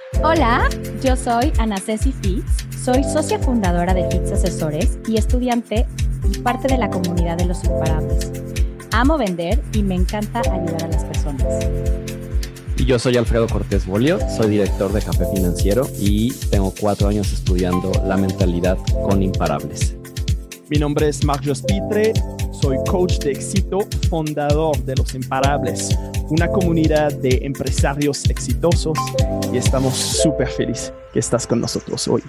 Hola, yo soy Ana Ceci Fitz, soy socia fundadora de Fitz Asesores y estudiante y parte de la comunidad de los imparables. Amo vender y me encanta ayudar a las personas. Y yo soy Alfredo Cortés Bolio, soy director de Café Financiero y tengo 4 años estudiando la mentalidad con imparables. Mi nombre es Marcos Pitre, soy coach de éxito, fundador de Los Imparables, una comunidad de empresarios exitosos, y estamos súper felices que estás con nosotros hoy.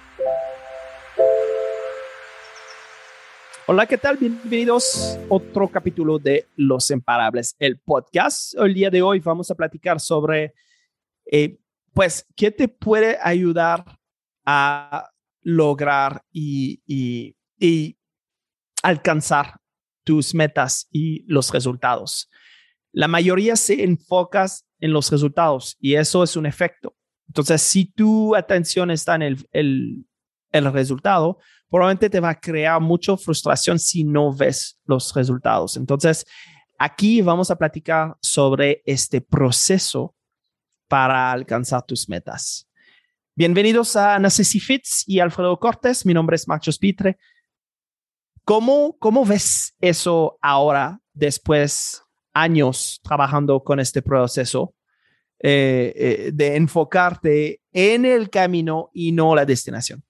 Hola, ¿qué tal? Bienvenidos a otro capítulo de Los Imparables, el podcast. El día de hoy vamos a platicar sobre, qué te puede ayudar a lograr y alcanzar tus metas y los resultados. La mayoría se enfoca en los resultados y eso es un efecto. Entonces, si tu atención está en el resultado, probablemente te va a crear mucha frustración si no ves los resultados. Entonces, aquí vamos a platicar sobre este proceso para alcanzar tus metas. Bienvenidos a Ana Ceci Fitz y Alfredo Cortés. Mi nombre es Marcos Pitre. ¿Cómo ves eso ahora, después años trabajando con este proceso de enfocarte en el camino y no la destinación?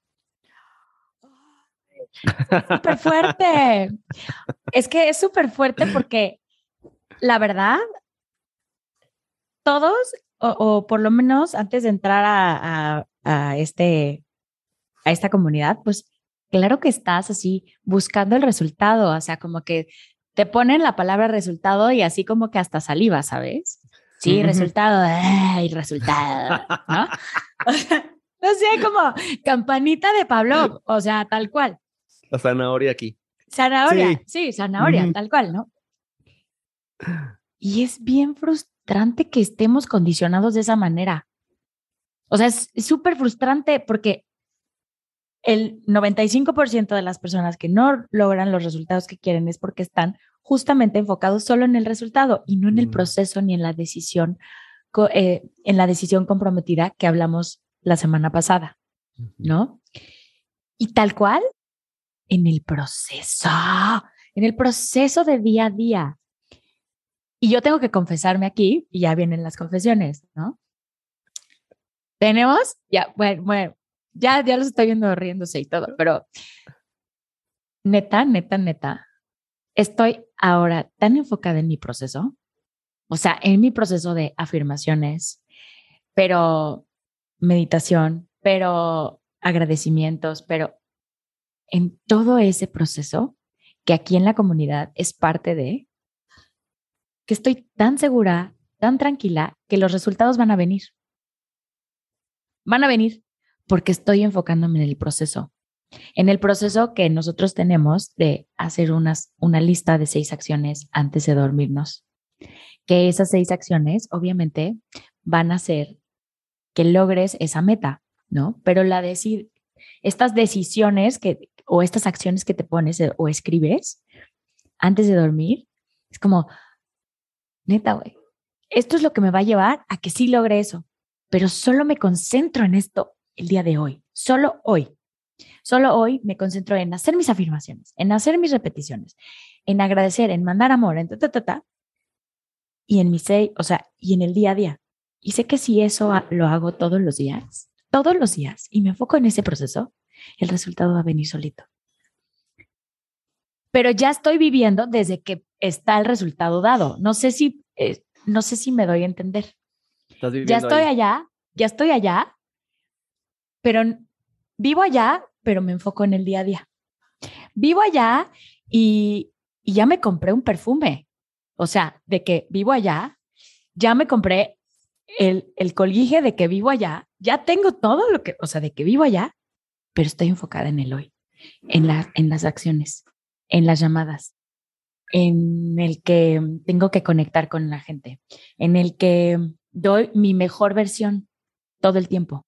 Súper fuerte. Es que es súper fuerte porque la verdad, todos, o por lo menos antes de entrar a esta comunidad, pues claro que estás así buscando el resultado, o sea, como que te ponen la palabra resultado y así como que hasta saliva, ¿sabes? Sí, resultado, y resultado, ¿no? O sea, no sé, como campanita de Pavlov, o sea, tal cual. La zanahoria aquí. Zanahoria, sí, zanahoria, tal cual, ¿no? Y es bien frustrante que estemos condicionados de esa manera. O sea, es súper frustrante porque el 95% de las personas que no logran los resultados que quieren es porque están justamente enfocados solo en el resultado y no en el proceso ni en la decisión comprometida que hablamos la semana pasada, ¿no? Y tal cual, en el proceso de día a día. Y yo tengo que confesarme aquí, y ya vienen las confesiones, ¿no? Tenemos, ya, bueno, ya los estoy viendo riéndose y todo, pero neta, estoy ahora tan enfocada en mi proceso, o sea, en mi proceso de afirmaciones, pero meditación, pero agradecimientos, pero en todo ese proceso que aquí en la comunidad es parte de, que estoy tan segura, tan tranquila, que los resultados van a venir. Van a venir porque estoy enfocándome en el proceso que nosotros tenemos de hacer una lista de 6 acciones antes de dormirnos, que esas 6 acciones obviamente van a hacer que logres esa meta, ¿no? Pero estas decisiones o estas acciones que te pones o escribes antes de dormir, es como, neta, güey, esto es lo que me va a llevar a que sí logre eso, pero solo me concentro en esto el día de hoy, solo hoy. Solo hoy me concentro en hacer mis afirmaciones, en hacer mis repeticiones, en agradecer, en mandar amor, en y en y en el día a día. Y sé que si eso lo hago todos los días, y me enfoco en ese proceso, el resultado va a venir solito. Pero ya estoy viviendo desde que está el resultado dado. No sé si me doy a entender. Ya estoy allá, pero vivo allá, pero me enfoco en el día a día. Vivo allá y ya me compré un perfume. O sea, de que vivo allá, ya me compré el colguije de que vivo allá, ya tengo todo de que vivo allá, pero estoy enfocada en el hoy, en las acciones, en las llamadas, en el que tengo que conectar con la gente, en el que doy mi mejor versión todo el tiempo.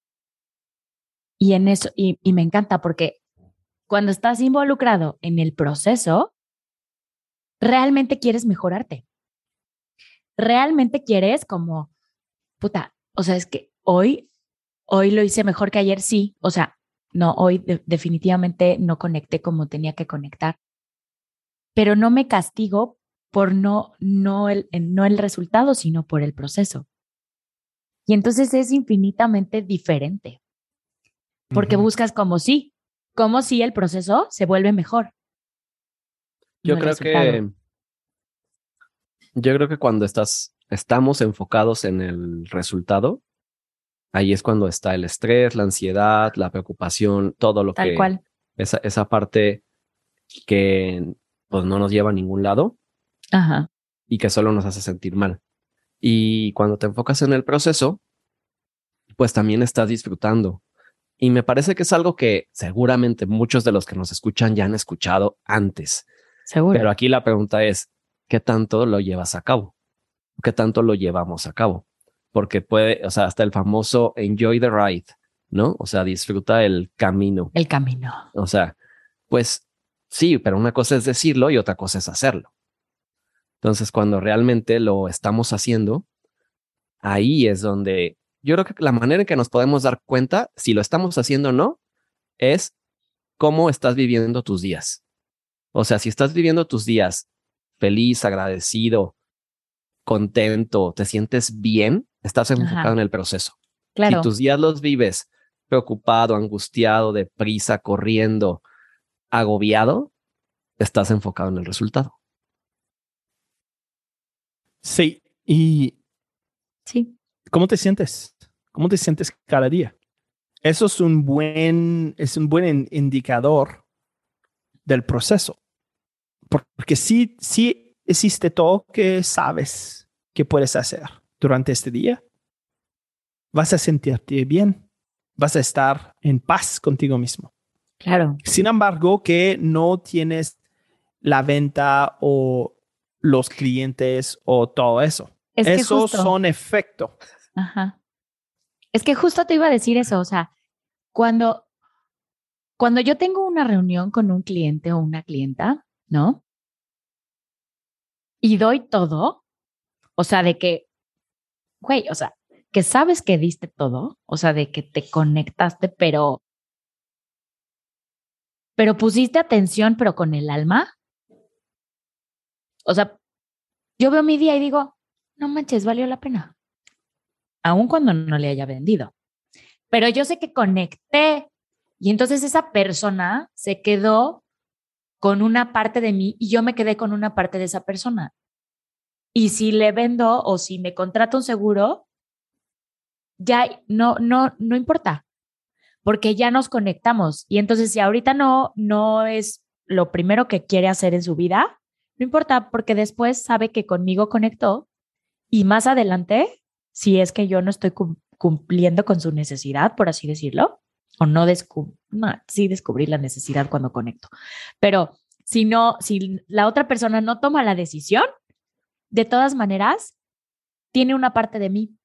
Y en eso, y me encanta porque cuando estás involucrado en el proceso, realmente quieres mejorarte. Realmente quieres como, puta, o sea, es que hoy lo hice mejor que ayer, sí. O sea, no, hoy definitivamente no conecté como tenía que conectar. Pero no me castigo por no el resultado, sino por el proceso. Y entonces es infinitamente diferente. Porque buscas como si el proceso se vuelve mejor. Yo creo que cuando estamos enfocados en el resultado, ahí es cuando está el estrés, la ansiedad, la preocupación, todo lo Tal que cual. esa parte que pues no nos lleva a ningún lado Ajá. y que solo nos hace sentir mal. Y cuando te enfocas en el proceso, pues también estás disfrutando. Y me parece que es algo que seguramente muchos de los que nos escuchan ya han escuchado antes. Seguro. Pero aquí la pregunta es, ¿qué tanto lo llevas a cabo? ¿Qué tanto lo llevamos a cabo? Porque o sea, hasta el famoso enjoy the ride, ¿no? O sea, disfruta el camino. El camino. O sea, pues sí, pero una cosa es decirlo y otra cosa es hacerlo. Entonces, cuando realmente lo estamos haciendo, ahí es donde yo creo que la manera en que nos podemos dar cuenta si lo estamos haciendo o no es cómo estás viviendo tus días. O sea, si estás viviendo tus días feliz, agradecido, contento, te sientes bien, estás enfocado en el proceso. Claro. Si tus días los vives preocupado, angustiado, deprisa, corriendo, agobiado, estás enfocado en el resultado. Sí. ¿Y sí. cómo te sientes? ¿Cómo te sientes cada día? Eso es un buen indicador del proceso. Porque sí existe todo que sabes que puedes hacer durante este día. Vas a sentirte bien. Vas a estar en paz contigo mismo. Claro. Sin embargo, que no tienes la venta o los clientes o todo eso. Es que Esos justo, son efectos. Ajá. Es que justo te iba a decir eso. O sea, cuando yo tengo una reunión con un cliente o una clienta, ¿no? Y doy todo, o sea, de que, güey, o sea, que sabes que diste todo, o sea, de que te conectaste, pero pusiste atención, pero con el alma. O sea, yo veo mi día y digo, no manches, valió la pena. Aun cuando no le haya vendido. Pero yo sé que conecté y entonces esa persona se quedó con una parte de mí y yo me quedé con una parte de esa persona. Y si le vendo o si me contrata un seguro, ya no importa, porque ya nos conectamos. Y entonces si ahorita no es lo primero que quiere hacer en su vida, no importa, porque después sabe que conmigo conectó y más adelante, si es que yo no estoy cumpliendo con su necesidad, por así decirlo, o sí descubrí la necesidad cuando conecto, pero si la otra persona no toma la decisión, de todas maneras, tiene una parte de mí.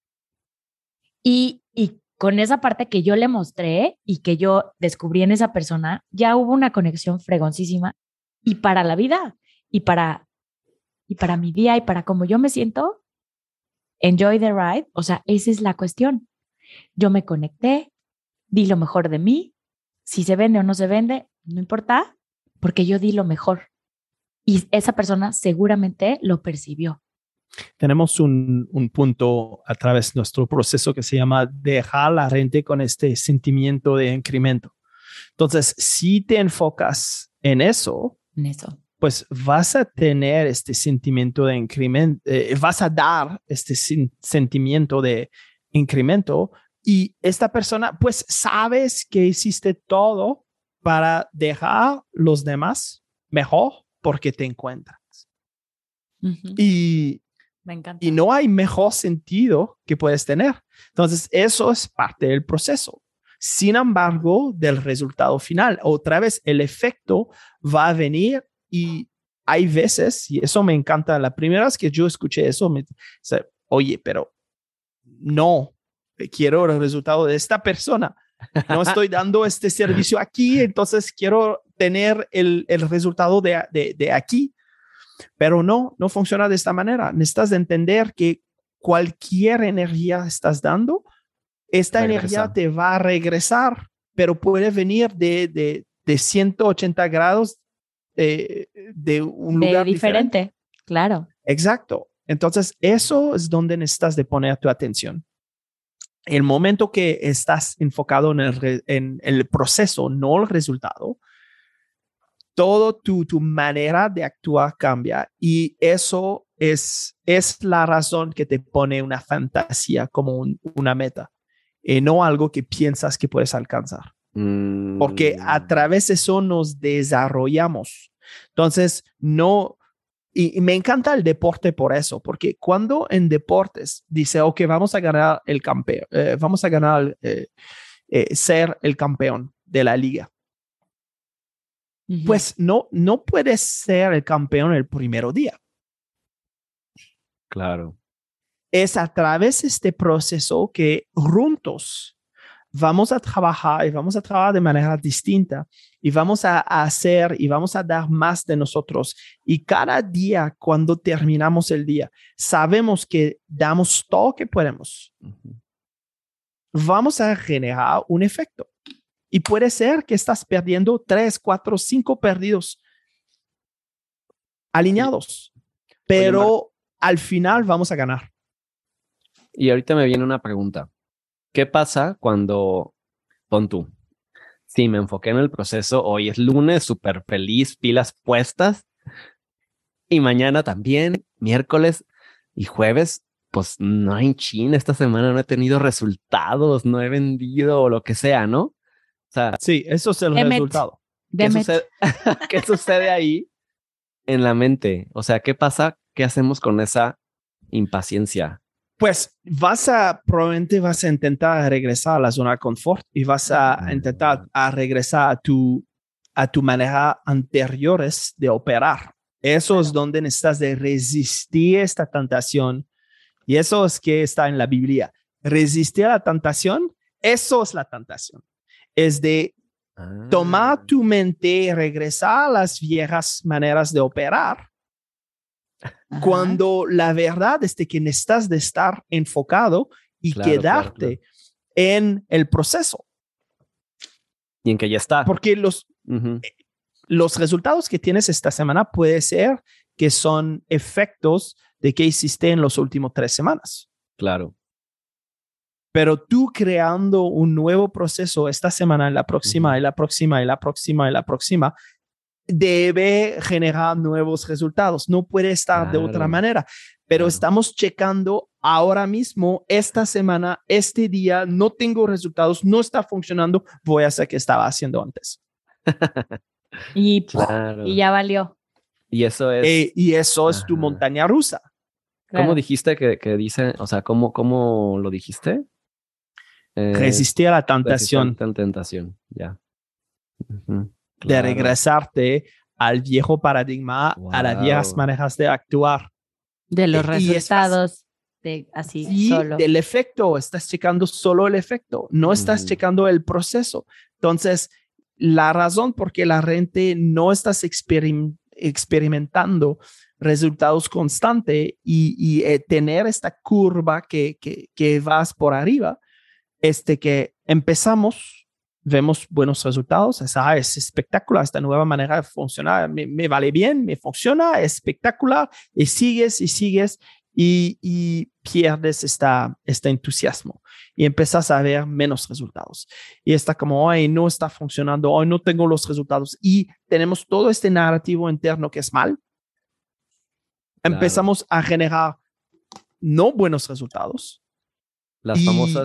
Y con esa parte que yo le mostré y que yo descubrí en esa persona, ya hubo una conexión fregoncísima y para la vida y para mi día y para cómo yo me siento, enjoy the ride. O sea, esa es la cuestión. Yo me conecté, di lo mejor de mí. Si se vende o no se vende, no importa, porque yo di lo mejor. Y esa persona seguramente lo percibió. Tenemos un punto a través de nuestro proceso que se llama dejar a la gente con este sentimiento de incremento. Entonces, si te enfocas en eso, pues vas a tener este sentimiento de incremento, vas a dar este sentimiento de incremento y esta persona, pues sabes que hiciste todo para dejar los demás mejor porque te encuentras. Uh-huh. Me encanta. Y no hay mejor sentido que puedes tener. Entonces, eso es parte del proceso. Sin embargo, del resultado final, otra vez, el efecto va a venir y hay veces, y eso me encanta, la primera vez que yo escuché eso, oye, pero no, quiero el resultado de esta persona. No estoy dando este servicio aquí, entonces quiero tener el resultado de aquí. Pero no funciona de esta manera. Necesitas entender que cualquier energía estás dando esta energía te va a regresar, pero puede venir de 180 grados de un lugar diferente. Claro. Exacto. Entonces, eso es donde necesitas de poner tu atención. El momento que estás enfocado en el proceso, no el resultado, todo tu manera de actuar cambia, y eso es la razón que te pone una fantasía como una meta, no algo que piensas que puedes alcanzar. Porque a través de eso nos desarrollamos. Entonces, no... Y me encanta el deporte por eso, porque cuando en deportes dice, ok, vamos a ganar el campeón, vamos a ganar, ser el campeón de la liga. Pues no puedes ser el campeón el primer día. Claro. Es a través de este proceso que juntos vamos a trabajar, y vamos a trabajar de manera distinta, y vamos a hacer y vamos a dar más de nosotros. Y cada día, cuando terminamos el día, sabemos que damos todo lo que podemos. Vamos a generar un efecto. Y puede ser que estás perdiendo 3, 4, 5 perdidos alineados, pero al final vamos a ganar. Y ahorita me viene una pregunta. ¿Qué pasa cuando, pon tú, sí, me enfoqué en el proceso, hoy es lunes, súper feliz, pilas puestas, y mañana también, miércoles y jueves, pues no hay chin, esta semana no he tenido resultados, no he vendido o lo que sea, ¿no? O sea, sí, eso es el resultado. ¿Qué sucede ahí en la mente? O sea, ¿qué pasa? ¿Qué hacemos con esa impaciencia? Pues probablemente vas a intentar regresar a la zona de confort, y vas a intentar regresar a tu manera anteriores de operar. Eso es donde necesitas de resistir esta tentación. Y eso es que está en la Biblia. Resistir a la tentación, eso es la tentación. Es de tomar tu mente y regresar a las viejas maneras de operar. Cuando la verdad es de que necesitas de estar enfocado y quedarte en el proceso. Y en que ya está. Porque los resultados que tienes esta semana puede ser que son efectos de que hiciste en los últimos 3 semanas. Claro. Pero tú creando un nuevo proceso esta semana, en la próxima, y la próxima, y la próxima, y la próxima, debe generar nuevos resultados. No puede estar de otra manera. Pero estamos checando ahora mismo, esta semana, este día, no tengo resultados, no está funcionando, voy a hacer que estaba haciendo antes. Y ya valió. Y eso es tu montaña rusa. Claro. ¿Cómo dijiste que dice? O sea, ¿cómo lo dijiste? Resistir a la tentación. Resistir a la tentación, ya. Claro. De regresarte al viejo paradigma, a las viejas maneras de actuar. De los resultados, solo. Del efecto, estás checando solo el efecto, no estás checando el proceso. Entonces, la razón por qué la gente no estás experimentando resultados constantes y tener esta curva que vas por arriba, que empezamos, vemos buenos resultados, es espectacular, esta nueva manera de funcionar, me vale bien, me funciona, es espectacular, y sigues y pierdes este entusiasmo y empiezas a ver menos resultados. Y está como, hoy no está funcionando, hoy no tengo los resultados, y tenemos todo este narrativo interno que es mal. Claro. Empezamos a generar no buenos resultados. Las famosas...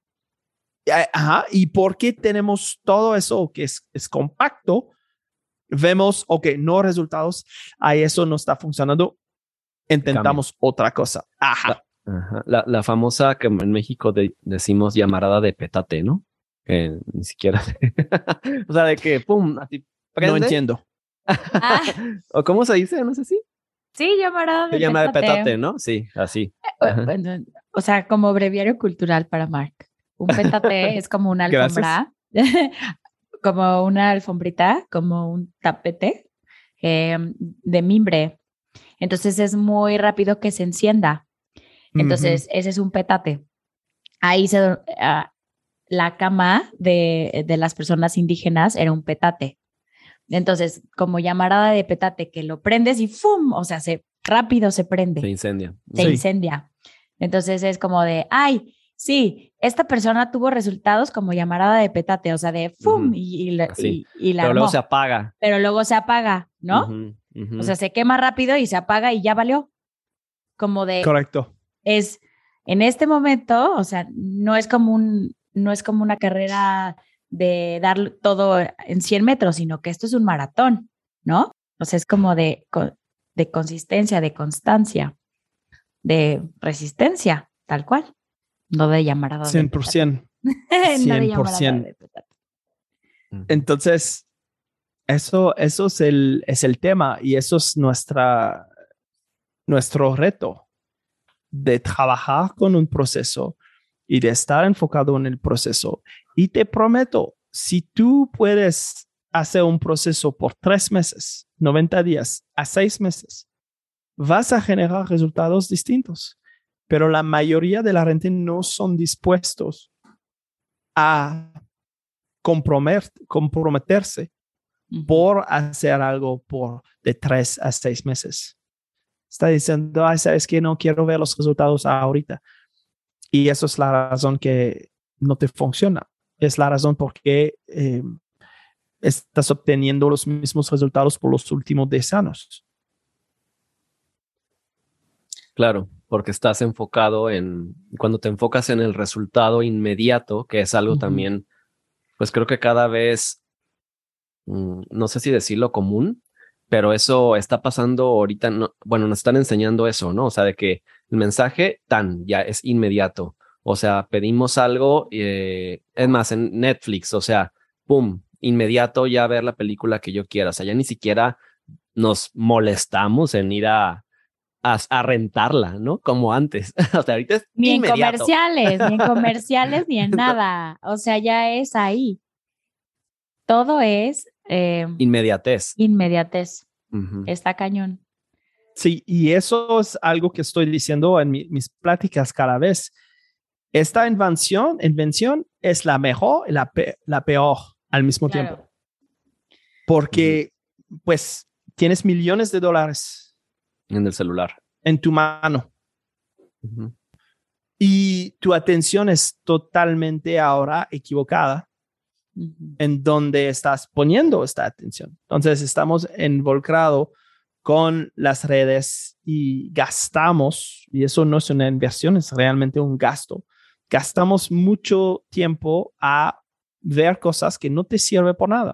Y porque tenemos todo eso que es compacto, vemos, ok, no resultados, eso no está funcionando, intentamos otra cosa. La famosa que en México decimos llamarada de petate, ¿no? Que ni siquiera... o sea, de que, pum, así prende. No entiendo. ¿O cómo se dice? No sé si. Sí, llamarada de petate. Se llama de petate, ¿no? Sí, así. Bueno, o sea, como breviario cultural para Mark. Un petate es como una alfombra, como una alfombrita, como un tapete de mimbre. Entonces es muy rápido que se encienda. Entonces ese es un petate. ahí la cama de las personas indígenas era un petate. Entonces, como llamarada de petate que lo prendes y ¡fum! O sea, rápido se prende. Se incendia. Se incendia. Entonces es como de, ay, sí, esta persona tuvo resultados como llamarada de petate, o sea, de ¡fum! Y la Pero armó. luego se apaga. Pero luego se apaga, ¿no? O sea, se quema rápido y se apaga y ya valió. Como de... Correcto. Es, en este momento, o sea, no es como una carrera de dar todo en 100 metros, sino que esto es un maratón, ¿no? O sea, es como de consistencia, de constancia, de resistencia, tal cual. No de llamarada 100%. de 100%. Entonces, eso es el tema y eso es nuestro reto de trabajar con un proceso y de estar enfocado en el proceso. Y te prometo, si tú puedes hacer un proceso por 3 meses, 90 días, a 6 meses, vas a generar resultados distintos. Pero la mayoría de la gente no son dispuestos a comprometerse por hacer algo de 3 a 6 meses. Está diciendo, sabes que no quiero ver los resultados ahorita. Y eso es la razón que no te funciona. Es la razón por qué estás obteniendo los mismos resultados por los últimos 10 años. Claro, porque estás enfocado cuando te enfocas en el resultado inmediato, que es algo también, pues creo que cada vez, no sé si decirlo común, pero eso está pasando ahorita. Bueno, nos están enseñando eso, ¿no? O sea, de que el mensaje ya es inmediato. O sea, pedimos algo, es más, en Netflix, o sea, pum, inmediato ya ver la película que yo quiera. O sea, ya ni siquiera nos molestamos en ir a rentarla, ¿no? Como antes. O sea, ahorita es ni inmediato. Ni en comerciales, ni en nada. O sea, ya es ahí. Todo es inmediatez. Está cañón. Sí, y eso es algo que estoy diciendo en mis pláticas cada vez. Esta invención es la mejor y la peor al mismo tiempo. Porque, pues, tienes millones de dólares en el celular, en tu mano. Y tu atención es totalmente ahora equivocada en donde estás poniendo esta atención. Entonces, estamos involucrados con las redes y gastamos, y eso no es una inversión, es realmente un gasto. Gastamos mucho tiempo a ver cosas que no te sirven por nada.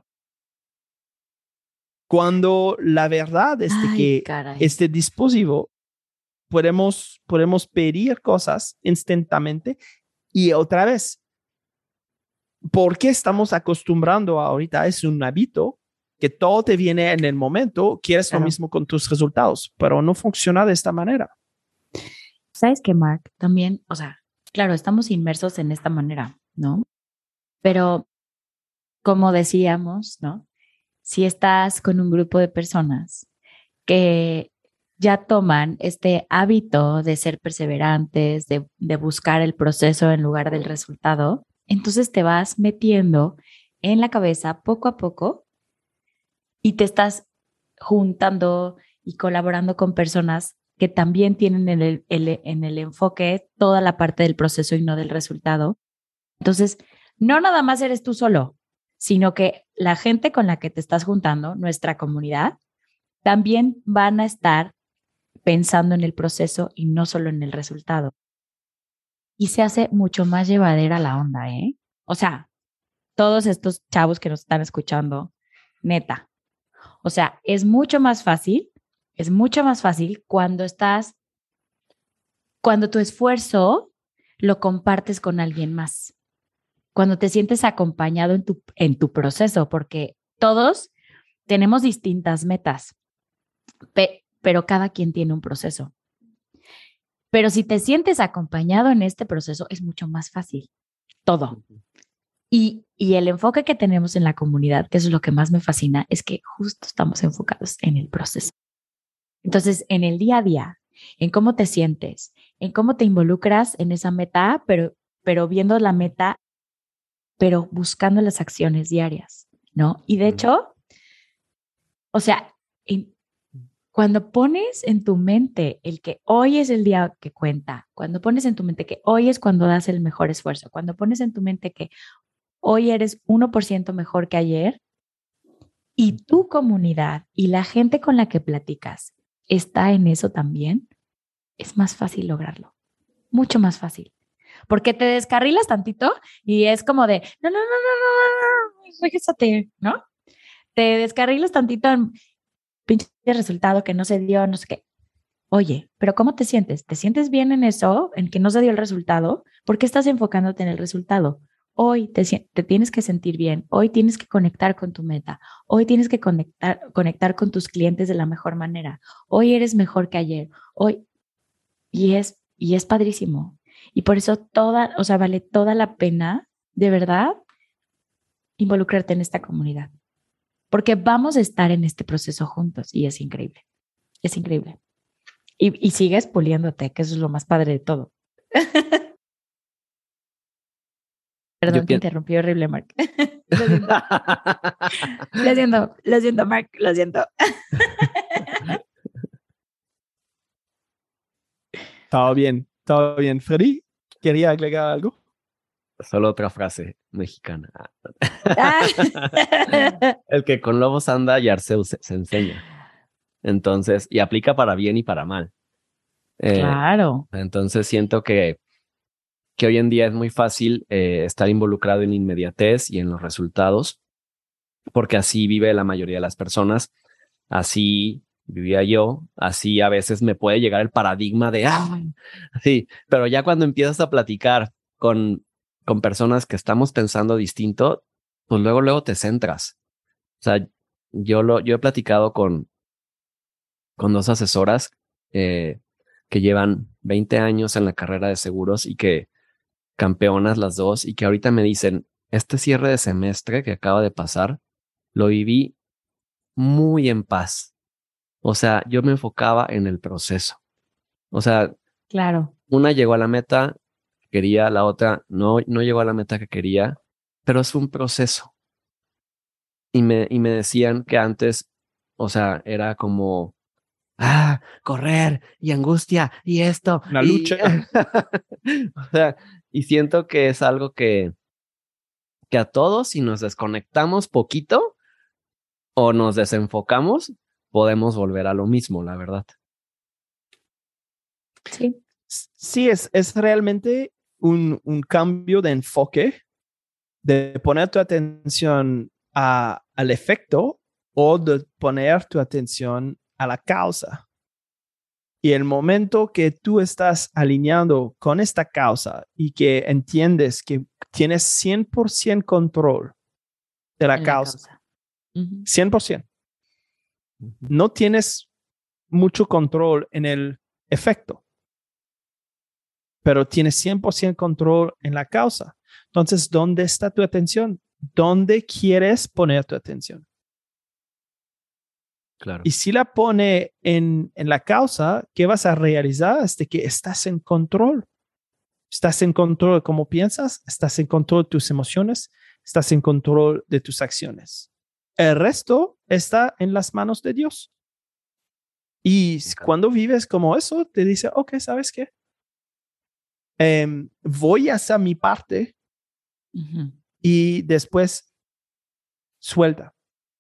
Cuando la verdad es que este dispositivo podemos pedir cosas instantáneamente y otra vez, ¿por qué estamos acostumbrando ahorita? Es un hábito que todo te viene en el momento, quieres lo mismo con tus resultados, pero no funciona de esta manera. ¿Sabes qué, Mark? También, o sea, claro, estamos inmersos en esta manera, ¿no? Pero, como decíamos, ¿no? Si estás con un grupo de personas que ya toman este hábito de ser perseverantes, de buscar el proceso en lugar del resultado, entonces te vas metiendo en la cabeza poco a poco y te estás juntando y colaborando con personas que también tienen en el enfoque toda la parte del proceso y no del resultado. Entonces, no nada más eres tú solo, sino que la gente con la que te estás juntando, nuestra comunidad, también van a estar pensando en el proceso y no solo en el resultado. Y se hace mucho más llevadera la onda, ¿eh? O sea, todos estos chavos que nos están escuchando, neta. O sea, es mucho más fácil cuando tu esfuerzo lo compartes con alguien más. Cuando te sientes acompañado en tu proceso, porque todos tenemos distintas metas, pero cada quien tiene un proceso. Pero si te sientes acompañado en este proceso, es mucho más fácil. Todo. Y el enfoque que tenemos en la comunidad, que eso es lo que más me fascina, es que justo estamos enfocados en el proceso. Entonces, en el día a día, en cómo te sientes, en cómo te involucras en esa meta, pero pero viendo la meta, pero buscando las acciones diarias, ¿no? Y de hecho, o sea, cuando pones en tu mente el que hoy es el día que cuenta, cuando pones en tu mente que hoy es cuando das el mejor esfuerzo, cuando pones en tu mente que hoy eres 1% mejor que ayer y tu comunidad y la gente con la que platicas está en eso también, es más fácil lograrlo, mucho más fácil. Porque te descarrilas tantito y es como de, no, regésate, ¿no? Te descarrilas tantito en pinche resultado que no se dio, no sé qué. Oye, pero ¿cómo te sientes? ¿Te sientes bien en eso, en que no se dio el resultado? ¿Por qué estás enfocándote en el resultado? Hoy te tienes que sentir bien, hoy tienes que conectar con tu meta, hoy tienes que conectar con tus clientes de la mejor manera, hoy eres mejor que ayer, hoy, y es padrísimo. Y por eso o sea, vale toda la pena, de verdad, involucrarte en esta comunidad, porque vamos a estar en este proceso juntos y es increíble, es increíble. Y sigues puliéndote, que eso es lo más padre de todo. Perdón, te interrumpí horrible, Mark. Lo siento, Mark, lo siento. Todo bien, todo bien. Freddy, ¿quería agregar algo? Solo otra frase mexicana. Ah. El que con lobos anda y Arceu se enseña. Entonces, y aplica para bien y para mal. Claro. Entonces siento que hoy en día es muy fácil estar involucrado en inmediatez y en los resultados, porque así vive la mayoría de las personas, así vivía yo, así a veces me puede llegar el paradigma de, sí, pero ya cuando empiezas a platicar con personas que estamos pensando distinto, pues luego te centras. O sea, yo he platicado con 2 asesoras que llevan 20 años en la carrera de seguros y que campeonas las dos y que ahorita me dicen, este cierre de semestre que acaba de pasar, lo viví muy en paz. O sea, yo me enfocaba en el proceso. O sea, claro. Una llegó a la meta que quería, la otra no llegó a la meta que quería, pero es un proceso. Y me decían que antes, o sea, era como, correr y angustia y esto. Una lucha. O sea, y siento que es algo que a todos, si nos desconectamos poquito o nos desenfocamos, podemos volver a lo mismo, la verdad. Sí. Sí, es realmente un cambio de enfoque, de poner tu atención al efecto o de poner tu atención a la causa. Y el momento que tú estás alineando con esta causa y que entiendes que tienes 100% control de la causa. 100%. No tienes mucho control en el efecto, pero tienes 100% control en la causa. Entonces, ¿dónde está tu atención? ¿Dónde quieres poner tu atención? Claro. Y si la pone en la causa, ¿qué vas a realizar? Es de que estás en control. Estás en control de cómo piensas, estás en control de tus emociones, estás en control de tus acciones. El resto está en las manos de Dios. Y cuando vives como eso, te dice, ok, ¿sabes qué? Voy a hacer mi parte y después suelta.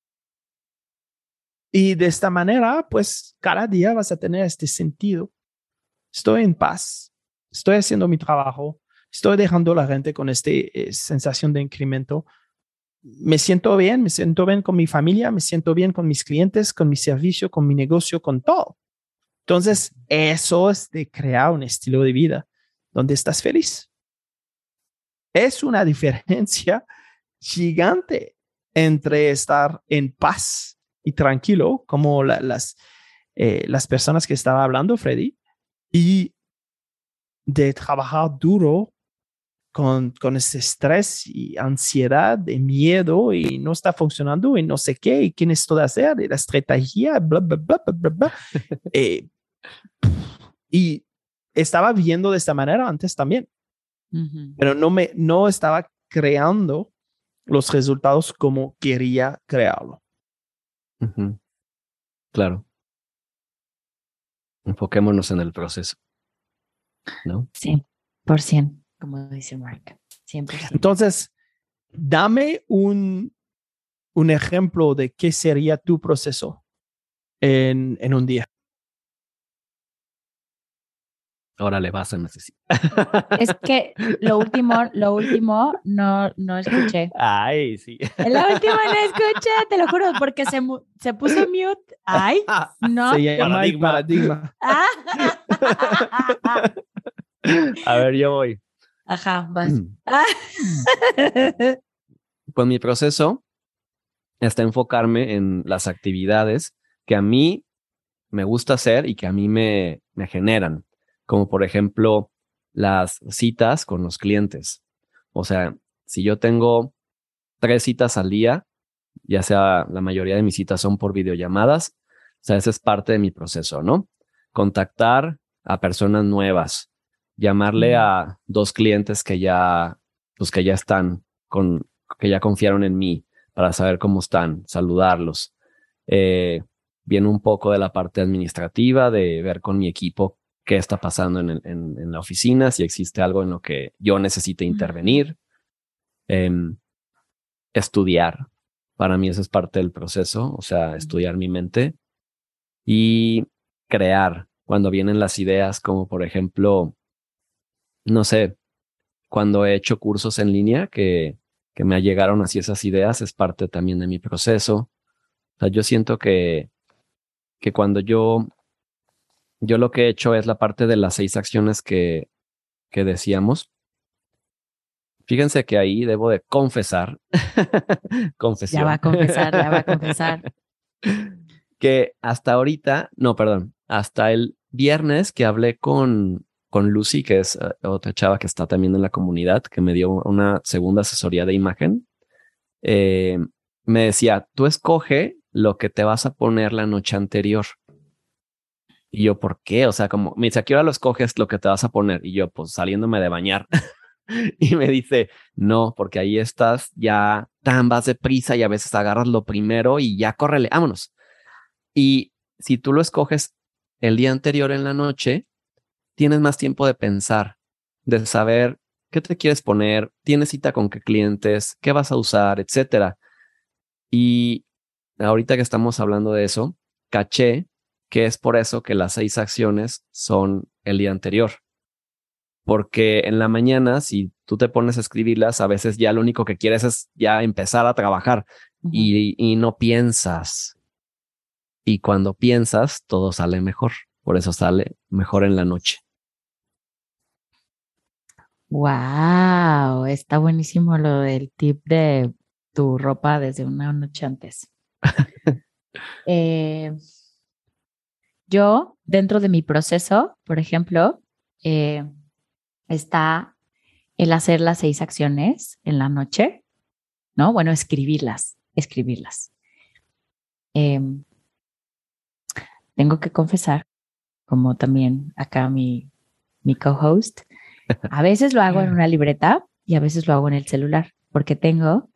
Y de esta manera, pues cada día vas a tener este sentido. Estoy en paz, estoy haciendo mi trabajo, estoy dejando a la gente con esta sensación de incremento. Me siento bien con mi familia, me siento bien con mis clientes, con mi servicio, con mi negocio, con todo. Entonces, eso es de crear un estilo de vida donde estás feliz. Es una diferencia gigante entre estar en paz y tranquilo, como las personas que estaba hablando, Freddy, y de trabajar duro con ese estrés y ansiedad, de miedo y no está funcionando y no sé qué, y quién es todo hacer, y la estrategia, bla, bla, bla, bla, bla, bla. Y estaba viendo de esta manera antes también. pero no estaba creando los resultados como quería crearlo. Claro. Enfoquémonos en el proceso, ¿no? 100%, como dice Mark. 100%. Entonces, dame un ejemplo de qué sería tu proceso en un día. Ahora le vas a necesitar. Es que lo último no escuché. Ay, sí. La última no escuché, te lo juro, porque se puso mute. Ay, no. Se llama el paradigma. A ver, yo voy. Ajá, vas. Pues mi proceso está enfocarme en las actividades que a mí me gusta hacer y que a mí me generan, como por ejemplo las citas con los clientes. O sea, si yo tengo 3 citas al día, ya sea la mayoría de mis citas son por videollamadas, o sea, ese es parte de mi proceso, ¿no? Contactar a personas nuevas, llamarle a 2 clientes que ya están que ya confiaron en mí para saber cómo están, saludarlos. Viene un poco de la parte administrativa, de ver con mi equipo qué está pasando en la oficina, si existe algo en lo que yo necesite intervenir. Estudiar. Para mí eso es parte del proceso, o sea, estudiar mi mente y crear cuando vienen las ideas, como por ejemplo, no sé, cuando he hecho cursos en línea que me llegaron así esas ideas, es parte también de mi proceso. O sea, yo siento que cuando yo lo que he hecho es la parte de las 6 acciones que decíamos. Fíjense que ahí debo de confesar, confesión. Ya va a confesar. Que hasta ahorita, no, perdón, hasta el viernes que hablé con Lucy, que es otra chava que está también en la comunidad, que me dio una segunda asesoría de imagen, me decía, tú escoge lo que te vas a poner la noche anterior. Y yo, ¿por qué? O sea, como me dice, ¿a qué hora lo escoges lo que te vas a poner? Y yo, pues saliéndome de bañar. Y me dice, no, porque ahí estás ya tan vas deprisa y a veces agarras lo primero y ya córrele, vámonos. Y si tú lo escoges el día anterior en la noche, tienes más tiempo de pensar, de saber qué te quieres poner, tienes cita con qué clientes, qué vas a usar, etcétera. Y ahorita que estamos hablando de eso, caché que es por eso que las 6 acciones son el día anterior. Porque en la mañana, si tú te pones a escribirlas, a veces ya lo único que quieres es ya empezar a trabajar y no piensas. Y cuando piensas, todo sale mejor. Por eso sale mejor en la noche. Wow, está buenísimo lo del tip de tu ropa desde una noche antes. Yo, dentro de mi proceso, por ejemplo, está el hacer las 6 acciones en la noche, ¿no? Bueno, escribirlas. Tengo que confesar, como también acá mi co-host, a veces lo hago en una libreta y a veces lo hago en el celular, porque tengo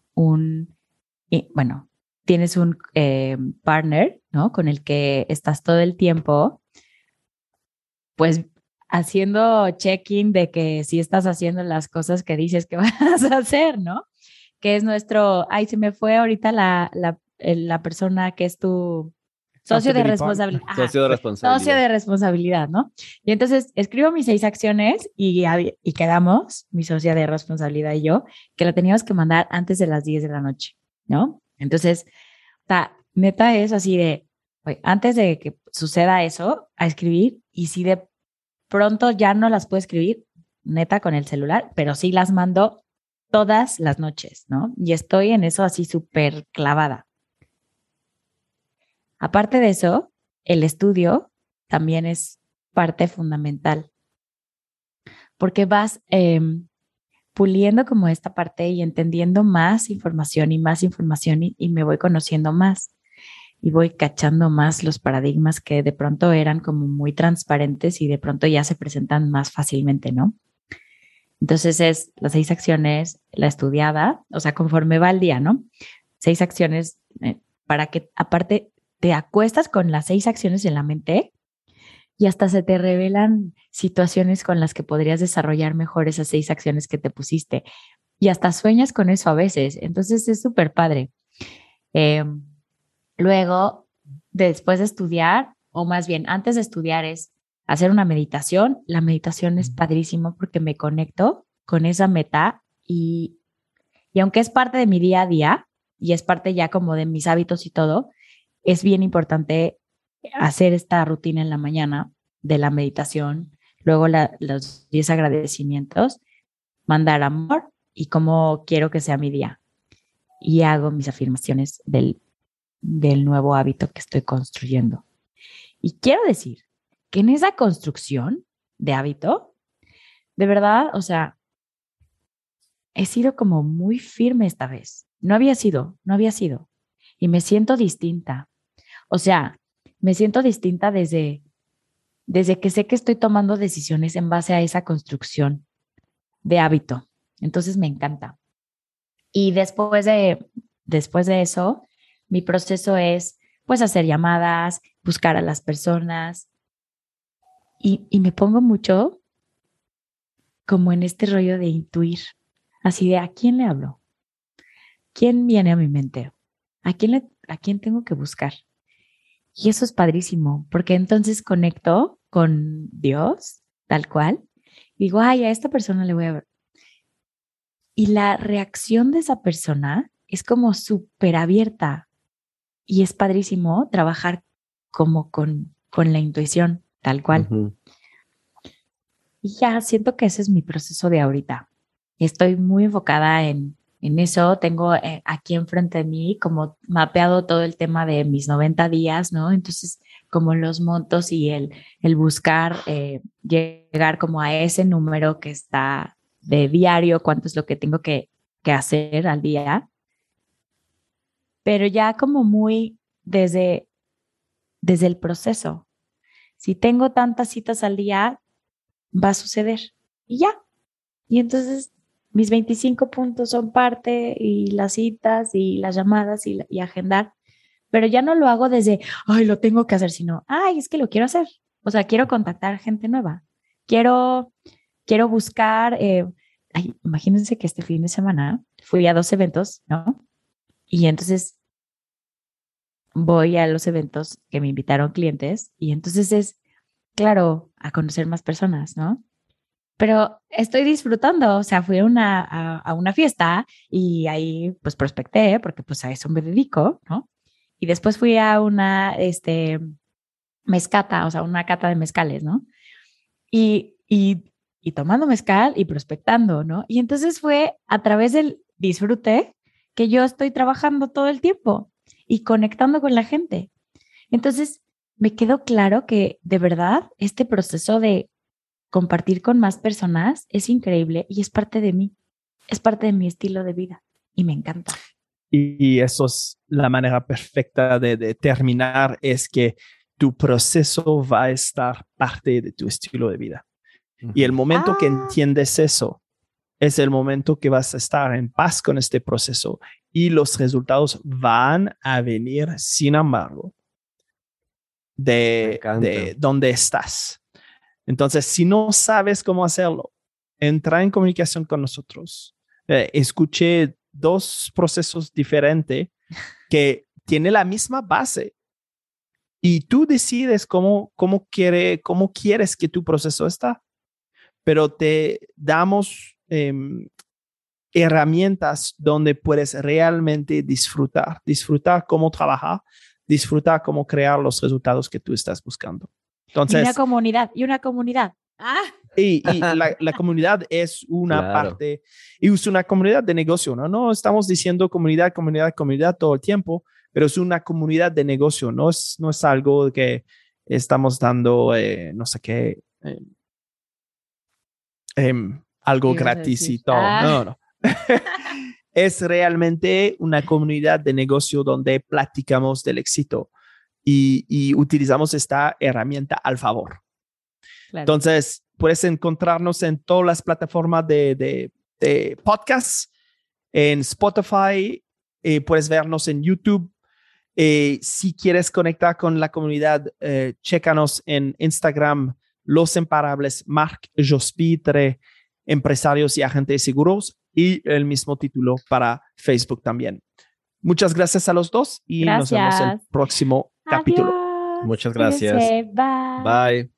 tienes un partner, ¿no? Con el que estás todo el tiempo, pues haciendo check-in de que si estás haciendo las cosas que dices que vas a hacer, ¿no? Que es se me fue ahorita la persona que es tu socio de responsabilidad. Socio de responsabilidad. Socio de responsabilidad, ¿no? Y entonces escribo mis 6 acciones y quedamos, mi socia de responsabilidad y yo, que la teníamos que mandar antes de las 10 de la noche, ¿no? Entonces, neta es así de, antes de que suceda eso, a escribir, y si de pronto ya no las puedo escribir, neta, con el celular, pero sí las mando todas las noches, ¿no? Y estoy en eso así súper clavada. Aparte de eso, el estudio también es parte fundamental, porque vas puliendo como esta parte y entendiendo más información y más información y me voy conociendo más y voy cachando más los paradigmas que de pronto eran como muy transparentes y de pronto ya se presentan más fácilmente, ¿no? Entonces es las 6 acciones, la estudiada, o sea, conforme va el día, ¿no? 6 acciones para que aparte te acuestas con las 6 acciones en la mente y hasta se te revelan situaciones con las que podrías desarrollar mejor esas 6 acciones que te pusiste. Y hasta sueñas con eso a veces. Entonces es súper padre. Eh, Luego, después de estudiar, o más bien antes de estudiar, es hacer una meditación. La meditación es padrísimo porque me conecto con esa meta y aunque es parte de mi día a día y es parte ya como de mis hábitos y todo, es bien importante hacer esta rutina en la mañana de la meditación, luego los 10 agradecimientos, mandar amor y cómo quiero que sea mi día. Y hago mis afirmaciones del nuevo hábito que estoy construyendo. Y quiero decir que en esa construcción de hábito, de verdad, o sea, he sido como muy firme esta vez. No había sido. Y me siento distinta. O sea, me siento distinta desde que sé que estoy tomando decisiones en base a esa construcción de hábito. Entonces me encanta. Y después de eso, mi proceso es pues hacer llamadas, buscar a las personas y me pongo mucho como en este rollo de intuir, así de ¿a quién le hablo? ¿Quién viene a mi mente? ¿A quién tengo que buscar? Y eso es padrísimo, porque entonces conecto con Dios, tal cual. Digo, ay, a esta persona le voy a ver. Y la reacción de esa persona es como súper abierta. Y es padrísimo trabajar como con la intuición, tal cual. Ujú. Y ya siento que ese es mi proceso de ahorita. Estoy muy enfocada en eso. Tengo aquí enfrente de mí como mapeado todo el tema de mis 90 días, ¿no? Entonces, como los montos y el buscar llegar como a ese número que está de diario, cuánto es lo que tengo que hacer al día, pero ya como muy desde el proceso. Si tengo tantas citas al día, va a suceder y ya. Y entonces mis 25 puntos son parte y las citas y las llamadas y agendar, pero ya no lo hago desde, ay, lo tengo que hacer, sino, ay, es que lo quiero hacer. O sea, quiero contactar gente nueva. Quiero, quiero buscar, ay, imagínense que este fin de semana fui a 2 eventos, ¿no? Y entonces voy a los eventos que me invitaron clientes y entonces es, claro, a conocer más personas, ¿no? Pero estoy disfrutando, o sea, fui a una fiesta y ahí pues prospecté porque pues a eso me dedico, ¿no? Y después fui a una, mezcata, o sea, una cata de mezcales, ¿no? Y tomando mezcal y prospectando, ¿no? Y entonces fue a través del disfrute que yo estoy trabajando todo el tiempo y conectando con la gente. Entonces, me quedó claro que de verdad este proceso de compartir con más personas es increíble y es parte de mí, es parte de mi estilo de vida y me encanta. Y eso es la manera perfecta de terminar, es que tu proceso va a estar parte de tu estilo de vida. Y el momento que entiendes eso, es el momento que vas a estar en paz con este proceso y los resultados van a venir, sin embargo, de donde estás. Entonces, si no sabes cómo hacerlo, entra en comunicación con nosotros. Escuché 2 procesos diferentes que tienen la misma base y tú decides cómo quieres que tu proceso está, pero te damos herramientas donde puedes realmente disfrutar cómo trabajar, disfrutar cómo crear los resultados que tú estás buscando. Entonces, y una comunidad. Y la comunidad es una parte, y es una comunidad de negocio, ¿no? No estamos diciendo comunidad todo el tiempo, pero es una comunidad de negocio, no es algo que estamos dando, no sé qué, algo gratis y todo. No. Es realmente una comunidad de negocio donde platicamos del éxito y utilizamos esta herramienta al favor. Claro. Entonces, Puedes encontrarnos en todas las plataformas de podcasts, en Spotify, puedes vernos en YouTube. Si quieres conectar con la comunidad, chécanos en Instagram, Los Imparables, Marc Jospitre, empresarios y agentes de seguros, y el mismo título para Facebook también. Muchas gracias a los dos y nos vemos en el próximo capítulo. Adiós. Muchas gracias. Cuídense. Bye. Bye.